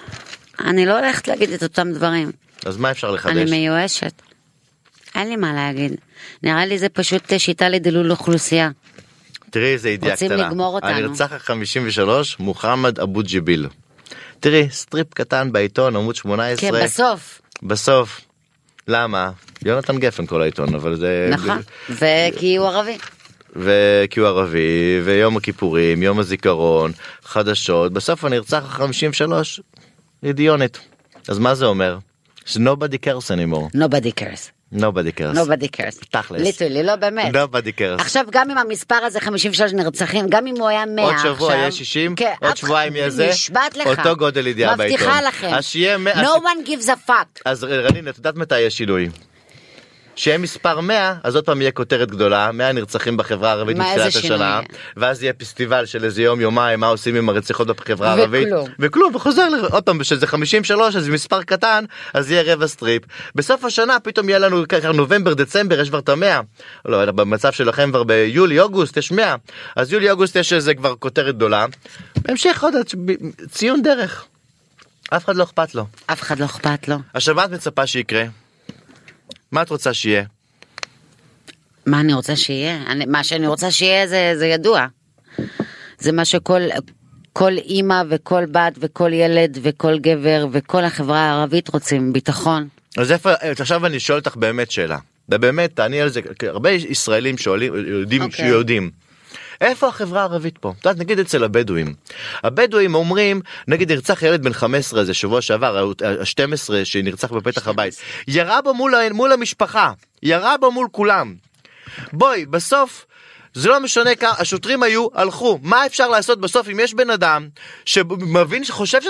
אני לא הולכת להגיד את אותם דברים. אז מה אפשר לחדש? אני מיואשת. אין לי מה להגיד. נראה לי זה פשוט שיטה לדילול אוכלוסייה. תראי איזה ידיעה קטנה. רוצים לגמור אותנו. הנרצח ה-53, מוחמד אבו ג'ביל. תראי, סטריפ קטן בעיתון, עמוד 18. כן, בסוף. למה? יונתן גפן כל העיתון, אבל זה... נכון, וכי הוא ערבי. וכי הוא ערבי, ויום הכיפורים, יום הזיכרון, חדשות. בסוף הנרצח ה-53, ידיונת. אז מה זה אומר? Nobody cares anymore. Nobody cares. Nobody cares. תכלס. ליטרלי, לא באמת. Nobody cares. עכשיו גם עם המספר הזה 53 נרצחים, גם אם הוא היה 100 עוד עכשיו. עוד שבוע יהיה 60, עוד שבועיים יהיה זה. נשבעת לך. אותו גודל ידיעה בעיתון. מבטיחה לכם. אז שיהיה 100. No one gives a fuck. אז רנין, את יודעת מתי יש שינוי? שיהיה מספר 100, אז עוד פעם יהיה כותרת גדולה, 100 נרצחים בחברה הערבית מתחילת השנה, ואז יהיה פסטיבל של איזה יומיים, מה עושים עם הרציחות בחברה הערבית, וכלום, וחוזר עוד פעם, שזה 53, אז מספר קטן, אז יהיה רבע סטריפ. בסוף השנה פתאום יהיה לנו נובמבר, דצמבר, יש כבר את 100, לא, במצב שלכם כבר ביולי, אוגוסט יש 100, אז יולי, אוגוסט יש איזה כבר כותרת גדולה, בהמשך עוד ציון דרך. אף אחד לא אכפת לו. אף אחד לא אכפת לו. עכשיו מה את מצפה שיקרה? מה את רוצה שיהיה? מה אני רוצה שיהיה? מה שאני רוצה שיהיה זה ידוע. זה מה שכל אימא וכל בת וכל ילד וכל גבר וכל החברה הערבית רוצים, ביטחון. אז איפה, עכשיו אני שואל אותך באמת שאלה. ובאמת, תעני על זה, הרבה ישראלים שואלים, יודעים. איפה החברה הערבית פה? אתה נגיד אצל הבדואים. הבדואים אומרים, נגיד נרצח ילד בן 15, זה שבוע שעבר, ה-12 שנרצח בפתח הבית. ירה בו מול המשפחה. ירה בו מול כולם. בואי, בסוף, זה לא משנה כמה, השוטרים הלכו. מה אפשר לעשות בסוף אם יש בן אדם שמבין, חושב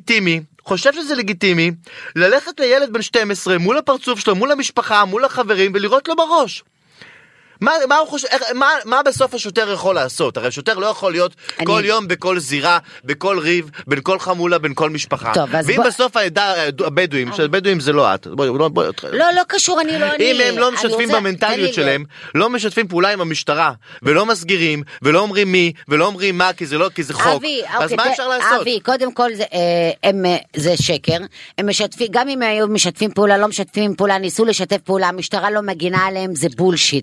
שזה לגיטימי, ללכת לילד בן 12 מול הפרצוף שלו, מול המשפחה, מול החברים, ולירות לו בראש? מה הוא חושב, מה בסוף השוטר יכול לעשות? הרי השוטר לא יכול להיות כל יום בכל זירה, בכל ריב, בין כל חמולה, בין כל משפחה. ואם בסוף הבדואים, שהבדואים זה לא את. לא קשור, אני לא אני. אם הם לא משתפים במנטליות שלהם, לא משתפים פעולה עם המשטרה, ולא מסגירים, ולא אומרים מי, ולא אומרים מה, כי זה חוק. אז מה אפשר לעשות? אבי, קודם כל זה שקר. הם משתפים, גם אם היו משתפים פעולה, לא משתפים פעולה, ניסו לשתף פעולה, המשטרה לא מגינה עליהם, זה בולשיט.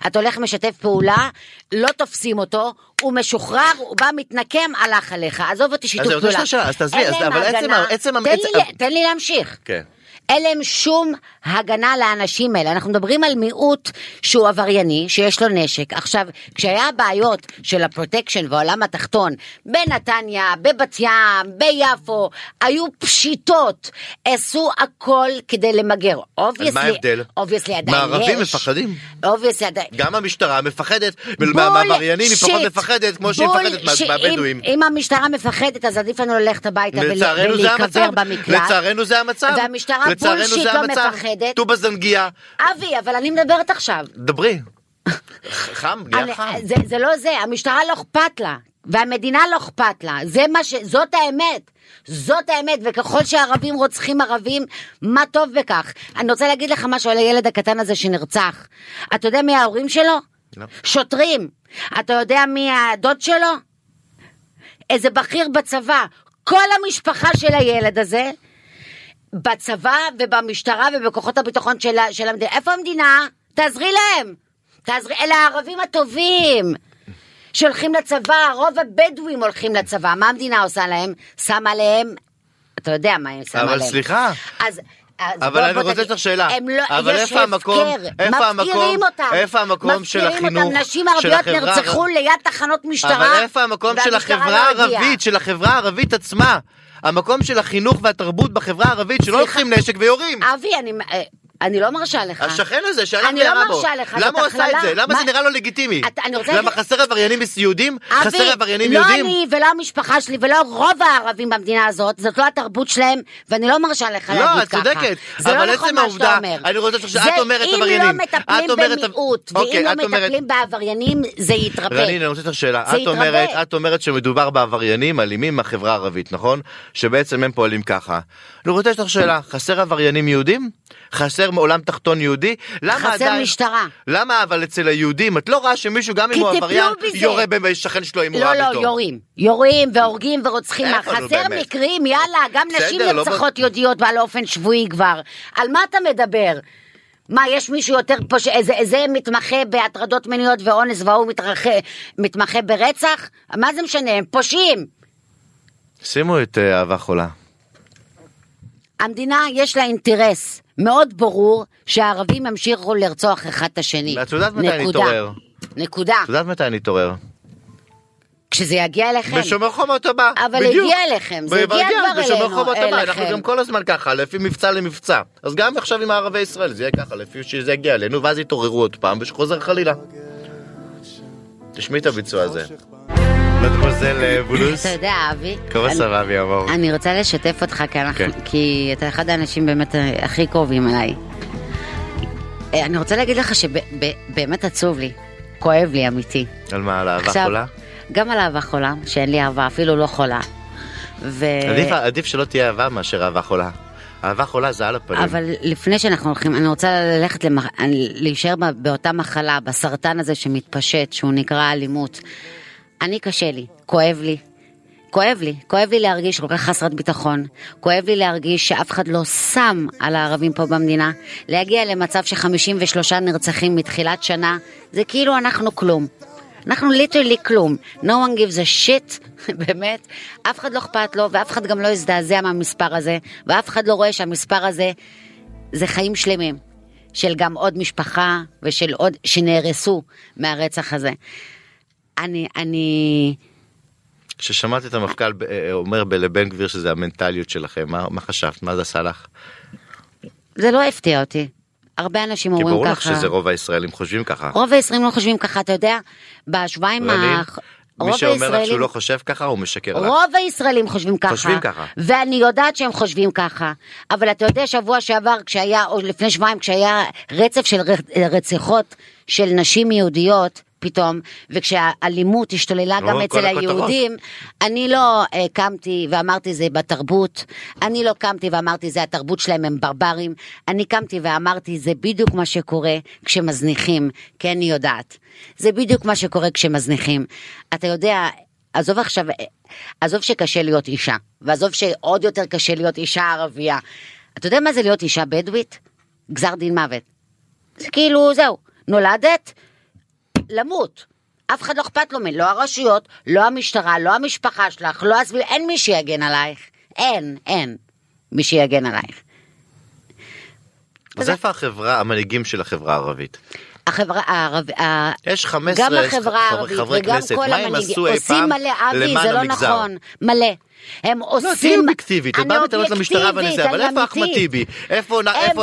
אתה הולך משתף פעולה, לא תופסים אותו, הוא משוחרר, הוא בא מתנקם, הלך עליך, עזוב אותי שיתוף פעולה. אז תעזבי, אבל תן לי להמשיך. כן. אין להם שום הגנה לאנשים האלה. אנחנו מדברים על מיעוט שהוא עברייני, שיש לו נשק. עכשיו, כשהיה בעיות של הפרוטקשן והעולם התחתון, בנתניה, בבת ים, ביפו, היו פשיטות, עשו הכל כדי למגר. מה ההבדל? מערבים מפחדים. גם המשטרה מפחדת, מהעבריינים היא פחות מפחדת, כמו שהיא מפחדת מהבדואים. אם המשטרה מפחדת, אז עדיף לנו ללכת הביתה ולהיקבר במקלט. לצערנו זה המצב. והמשטרה בולשיט לא מפחדת. טו בזנגיה. אבי, אבל אני מדברת עכשיו. דברי. חם, נהיה חם. זה לא זה, המשטרה לא אכפת לה, והמדינה לא אכפת לה. זאת האמת. זאת האמת, וככל שהערבים רוצחים ערבים, מה טוב בכך. אני רוצה להגיד לך משהו על הילד הקטן הזה שנרצח. אתה יודע מי ההורים שלו? לא. שוטרים. אתה יודע מי הדוד שלו? איזה בכיר בצבא. כל המשפחה של הילד הזה בצבא ובמשטרה ובכוחות הביטחון של המדינה. איפה המדינה? תעזרי להם. אלה הערבים הטובים שהולכים לצבא, רוב הבדואים הולכים לצבא. מה המדינה עושה להם? שמה להם, אתה יודע מה הם שמה להם. אבל סליחה. אבל אני רוצה לתת שאלה. אבל איפה המקום של החינוך? נשים ערביות נרצחו ליד תחנות משטרה. אבל איפה המקום של החברה הערבית, של החברה הערבית עצמה? המקום של החינוך והתרבות בחברה הערבית שלא לוקחים נשק ויורים. אבי, אני לא מרשה לך. השכן הזה, שאני לא מרשה לך. למה הוא עשה את זה? למה זה נראה לו לגיטימי? למה חסר עבריינים יהודים? חסר עבריינים יהודים? לא אני ולא המשפחה שלי ולא רוב הערבים במדינה הזאת, זאת לא התרבות שלהם, ואני לא מרשה לך להגיד ככה. לא, את צודקת. אבל עצם העובדה, אני רוצה שאת אומרת עבריינים. אם לא מטפלים במיעוט, ואם לא מטפלים בעבריינים, זה יתרבה. רנין, אני רוצה לתת שאלה. את אומרת שמדובר בעבריינים אלימים מהחברה הערבית, נכון? שבעצם הם פועלים ככה. אני רוצה לתת שאלה, חסר עבריינים יהודים? חסר מעולם תחתון יהודי? חסר משטרה. למה אבל אצל היהודים את לא רואה שמישהו גם אם הוא עבריין יורה בשכן שלו אם הוא רב איתו? לא, יורים והורגים ורוצחים. חסר מקרים, יאללה, גם נשים נרצחות יהודיות בעל אופן שבועי כבר. על מה אתה מדבר? מה, יש מישהו יותר פושע, איזה מתמחה בהטרדות מיניות ואונס והוא מתמחה ברצח? מה זה משנה? הם פושעים. שימו את אהבה חולה. המדינה יש לה אינטרס מאוד ברור שהערבים ימשיכו לרצוח אחד את השני. את יודעת מתי אני אתעורר? נקודה. את יודעת מתי אני אתעורר? כשזה יגיע אליכם. בשומר חומות הבא. אבל הגיע אליכם, זה הגיע כבר אלינו. בשומר חומות הבא, אנחנו גם כל הזמן ככה, לפי מבצע למבצע. אז גם עכשיו עם הערבי ישראל, זה יהיה ככה, לפי שזה יגיע אלינו, ואז יתעוררו עוד פעם, ושחוזר חלילה. תשמעי את הביצוע הזה. מדמוזל בולוס. אתה יודע, אבי. כמה סבבי אמור. אני רוצה לשתף אותך, כי אתה אחד האנשים באמת הכי קרובים עליי. אני רוצה להגיד לך שבאמת עצוב לי, כואב לי אמיתי. על מה? על אהבה חולה? גם על אהבה חולה, שאין לי אהבה, אפילו לא חולה. עדיף שלא תהיה אהבה מאשר אהבה חולה. אהבה חולה זה על הפנים. אבל לפני שאנחנו הולכים, אני רוצה ללכת להישאר באותה מחלה, בסרטן הזה שמתפשט, שהוא נקרא אלימות. אני קשה לי, כואב לי להרגיש כל כך חסרת ביטחון, כואב לי להרגיש שאף אחד לא שם על הערבים פה במדינה, להגיע למצב ש53 נרצחים מתחילת שנה, זה כאילו אנחנו כלום. אנחנו ליטרלי כלום. No one gives a shit, באמת. אף אחד לא אכפת לו, ואף אחד גם לא יזדעזע מהמספר הזה, ואף אחד לא רואה שהמספר הזה זה חיים שלמים, של גם עוד משפחה, ושל עוד שנהרסו מהרצח הזה. כששמעתי את המפכ"ל אומר לבן גביר שזה המנטליות שלכם, מה חשבת? מה זה עשה לך? זה לא הפתיע אותי. הרבה אנשים אומרים ככה. כי ברור לך שזה רוב הישראלים חושבים ככה. רוב הישראלים לא חושבים ככה, אתה יודע, בשבועיים מי שאומר לך שהוא לא חושב ככה, הוא משקר לך. רוב הישראלים חושבים ככה. ואני יודעת שהם חושבים ככה. אבל אתה יודע, שבוע שעבר, או לפני שבועיים, כשהיה רצף של רציחות של נשים יהודיות, פתאום, וכשהאלימות השתוללה גם אצל היהודים, אני לא קמתי ואמרתי זה בתרבות, אני לא קמתי ואמרתי זה התרבות שלהם הם ברברים, אני קמתי ואמרתי זה בדיוק מה שקורה כשמזניחים, כי אני יודעת, זה בדיוק מה שקורה כשמזניחים. אתה יודע, עזוב שקשה להיות אישה, ועזוב שעוד יותר קשה להיות אישה ערבייה. אתה יודע מה זה להיות אישה בדואית? גזר דין מוות. זה כאילו, זהו, נולדת, למות. אף אחד לא אכפת לו ממנו, לא הרשויות, לא המשטרה, לא המשפחה שלך, לא הסביבה, אין מי שיגן עלייך. אין מי שיגן עלייך. אז איפה החברה, המנהיגים של החברה הערבית? החברה הערבית, יש 15 גם החברה הערבית וגם כל המנהיגים עושים מלא, אבי, זה לא נכון, מלא. הם עושים... לא, תהיי אובייקטיבית, את באה בטענות למשטרה ונזה, אבל איפה אחמד טיבי? איפה...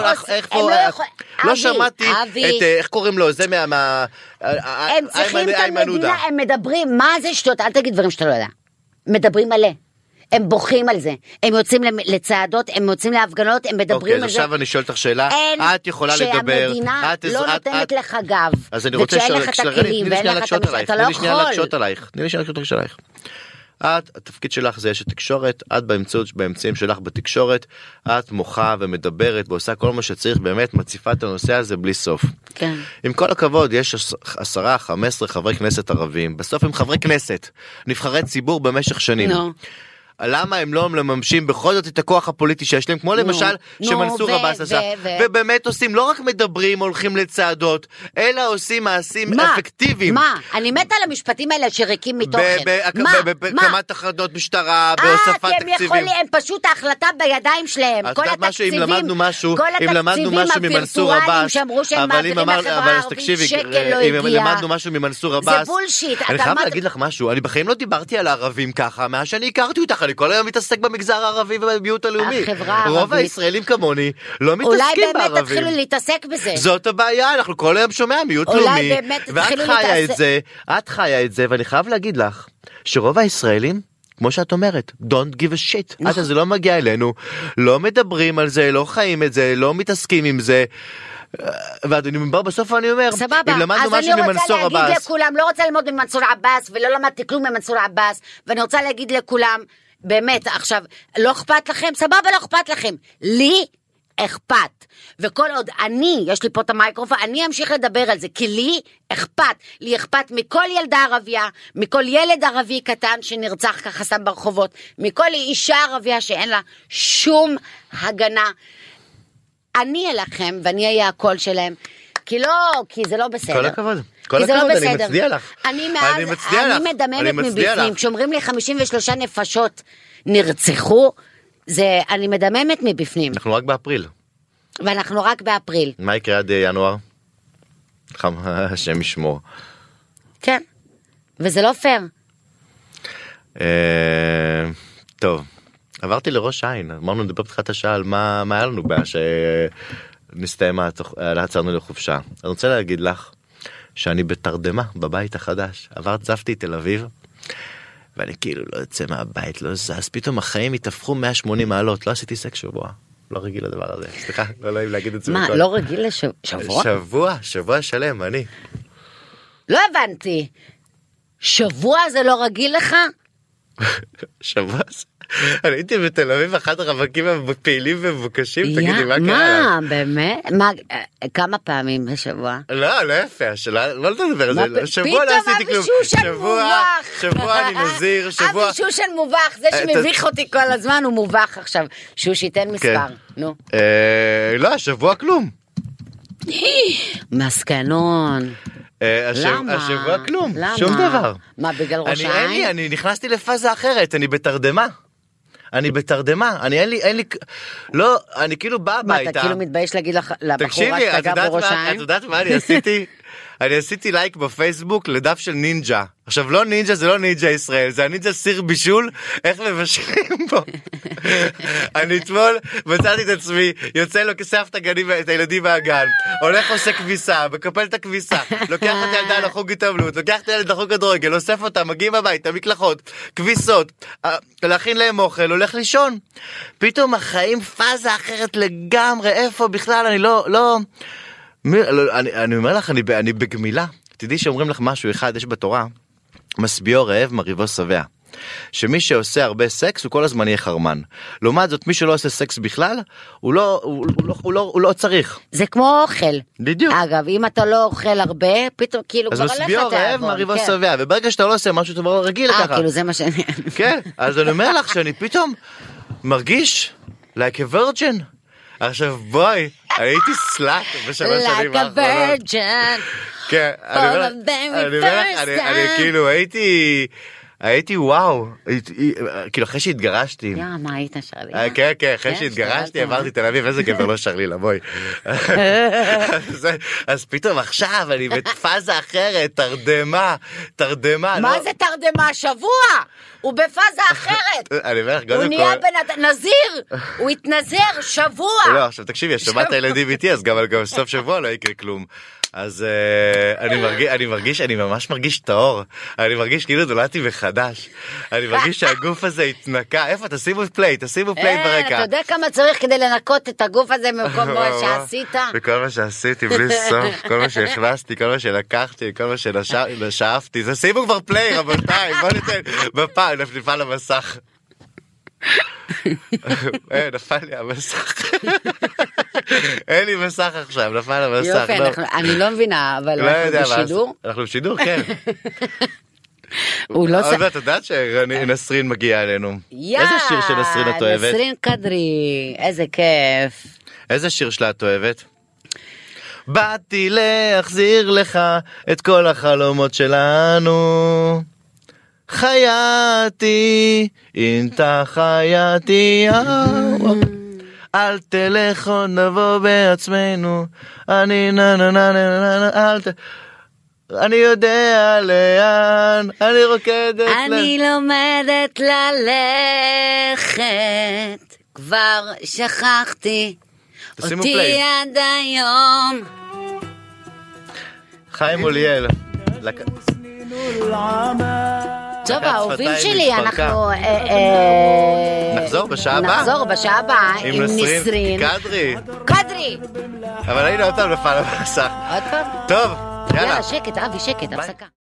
לא שמעתי את... איך קוראים לו? זה מה... הם צריכים את המדינה, הם מדברים, מה זה שטות? אל תגיד דברים שאתה לא יודע. מדברים מלא. הם בוכים על זה, הם יוצאים לצעדות, הם יוצאים להפגנות, הם מדברים על זה. אוקיי, עכשיו אני שואל אותך שאלה, את יכולה לדבר. שהמדינה לא נותנת לך גב, אז אני רוצה וכשאין לך את הכלים, ואין לך את המשפט, אתה לא יכול. תני לי שנייה להקשות עלייך. התפקיד שלך זה יש התקשורת, את באמצעים שלך בתקשורת, את מוחה ומדברת ועושה כל מה שצריך, באמת מציפה את הנושא הזה בלי סוף. כן. עם כל הכבוד, יש 10-15 חברי כנסת ערבים, בסוף הם חברי כנסת, נבחרי ציבור במשך שנים. למה הם לא מממשים בכל זאת את הכוח הפוליטי שיש להם, כמו למשל שמנסור עבאס עשה, ובאמת עושים, לא רק מדברים, הולכים לצעדות, אלא עושים מעשים אפקטיביים. מה? אני מתה על המשפטים האלה שריקים מתוכן. בהקמת תחנות משטרה, בהוספת תקציבים. הם פשוט ההחלטה בידיים שלהם. כל התקציבים הווירטואליים שאמרו שהם מעבירים לחברה הערבית, שקל לא הגיע. אם למדנו משהו ממנסור עבאס, זה בולשיט. אני חייב להגיד לך משהו, אני בחיים לא דיברתי על הערבים ככה, מה שאני הכרתי אותך, אני כל היום מתעסק במגזר הערבי ובמיעוט הלאומי. רוב הישראלים כמוני לא מתעסקים בערבים. אולי באמת תתחילו להתעסק בזה. זאת הבעיה, אנחנו כל היום שומע מיעוט לאומי. ואת חיה את זה, ואני חייב להגיד לך, שרוב הישראלים, כמו שאת אומרת, don't give a shit. עד שזה לא מגיע אלינו, לא מדברים על זה, לא חיים את זה, לא מתעסקים עם זה. ואני מדבר בסוף אני אומר, אם למדנו משהו ממנסור עבאס. אני רוצה להגיד לכולם, לא רוצה ללמוד ממנסור עבאס, ולא למדתי כלום ממנסור עבאס, ואני רוצה להגיד לכולם, באמת, עכשיו, לא אכפת לכם? סבבה, לא אכפת לכם. לי אכפת. וכל עוד יש לי פה את המייקרופון, אני אמשיך לדבר על זה, כי לי אכפת. לי אכפת מכל ילדה ערבייה, מכל ילד ערבי קטן שנרצח ככה סתם ברחובות, מכל אישה ערבייה שאין לה שום הגנה. אני אלחם, ואני אהיה הקול שלהם, כי זה לא בסדר. כל הכבוד. כל הכבוד, אני מצדיע לך. אני מדממת מבפנים, כשאומרים לי 53 נפשות נרצחו, אני מדממת מבפנים. אנחנו רק באפריל. ואנחנו רק באפריל. מה יקרה עד ינואר? השם ישמור. כן, וזה לא פייר. טוב, עברתי לראש העין, אמרנו לדבר בתחילת השעה על מה היה לנו בעיה שנסתיים עצרנו לחופשה. אני רוצה להגיד לך, שאני בתרדמה בבית החדש, עזבתי תל אביב, ואני כאילו לא יוצא מהבית, לא זז, פתאום החיים התהפכו 180 מעלות, לא עשיתי סקס שבוע, לא רגיל לדבר הזה, סליחה, לא נעים להגיד את זה. מה, לא רגיל לשבוע? שבוע שלם, אני. לא הבנתי, שבוע זה לא רגיל לך? שבוע זה... אני הייתי בתל אביב, אחד הרווקים הפעילים ומבוקשים, תגידי, מה קרה? מה, באמת? כמה פעמים בשבוע? לא יפה, לא לדבר על זה, שבוע לא עשיתי כלום. שבוע אני נזיר, שבוע... אבי שושן מובך, זה שמביך אותי כל הזמן, הוא מובך עכשיו. שושי, תן מספר, נו. לא, שבוע כלום. מסקנון. השבוע כלום, שום דבר. מה, בגלל ראש העין? אני נכנסתי לפאזה אחרת, אני בתרדמה. אין לי, לא, אני כאילו בא הביתה. מה, אתה כאילו מתבייש להגיד לבחורה שאתה גר בראש העין? את יודעת מה אני עשיתי? אני עשיתי לייק בפייסבוק לדף של נינג'ה. עכשיו לא נינג'ה, זה לא נינג'ה ישראל, זה הנינג'ה סיר בישול, איך מבשלים בו. אני אתמול מצאתי את עצמי, יוצא לו כסף את הילדים מהגן, הולך עושה כביסה, מקפל את הכביסה, לוקח את הילדה לחוג התעמלות, לוקח את הילד לחוג כדורגל, אוסף אותה, מגיעים הביתה, מקלחות, כביסות, להכין להם אוכל, הולך לישון. פתאום החיים פאזה אחרת לגמרי, איפה בכלל, אני אומר לך, אני בגמילה. תדעי שאומרים לך משהו אחד, יש בתורה, משביעו רעב מרעיבו שבע. שמי שעושה הרבה סקס הוא כל הזמן יהיה חרמן. לעומת זאת, מי שלא עושה סקס בכלל, הוא לא צריך. זה כמו אוכל. בדיוק. אגב, אם אתה לא אוכל הרבה, פתאום כאילו כבר הולך את אז משביעו רעב מרעיבו שבע, וברגע שאתה לא עושה משהו, אתה אומר רגיל ככה. כאילו זה מה שאני... כן, אז אני אומר לך שאני פתאום מרגיש like a virgin. עכשיו בואי, הייתי סלאט בשלוש שנים האחרונות. Like a virgin. כן, אני כאילו הייתי וואו, כאילו אחרי שהתגרשתי. מה היית שרלילה? כן, אחרי שהתגרשתי עברתי תל אביב, איזה גבר לא שרלילה, בואי. אז פתאום עכשיו אני בפאזה אחרת, תרדמה. מה זה תרדמה? שבוע! הוא בפאזה אחרת. אני אומר לך, קודם כל. הוא נהיה נזיר, הוא התנזר שבוע. לא, עכשיו תקשיבי, שומעת הילדים איתי, אז גם סוף שבוע לא יקרה כלום. אז אני ממש מרגיש טהור, אני מרגיש כאילו נולדתי מחדש, אני מרגיש שהגוף הזה התנקה. איפה? תשימו פליי ברקע. אתה יודע כמה צריך כדי לנקות את הגוף הזה ממקום שעשית? וכל מה שעשיתי בלי סוף, כל מה שהכנסתי, כל מה שלקחתי, כל מה ששאפתי, תשימו כבר פליי רבותיי, בוא ניתן בפעם, נפל המסך. נפל לי המסך. אין לי מסך עכשיו, נפל המסך. יופי, אני לא מבינה, אבל אנחנו בשידור? אנחנו בשידור, כן. ואת יודעת שנסרין מגיע אלינו. איזה שיר של נסרין את אוהבת? נסרין קדרי, איזה כיף. איזה שיר שלה את אוהבת? באתי להחזיר לך את כל החלומות שלנו, חייתי, אינתה חייתי, אל תלך עוד נבוא בעצמנו, אני אני יודע לאן, אני רוקדת. אני לומדת ללכת, כבר שכחתי אותי עד היום. חיים אוליאל. טוב, האהובים שלי, אנחנו נחזור בשעה הבאה עם נסרין קדרי. אבל היינו עוד פעם נפל המסך. עוד פעם? טוב, יאללה, שקט, אבי, שקט, הפסקה.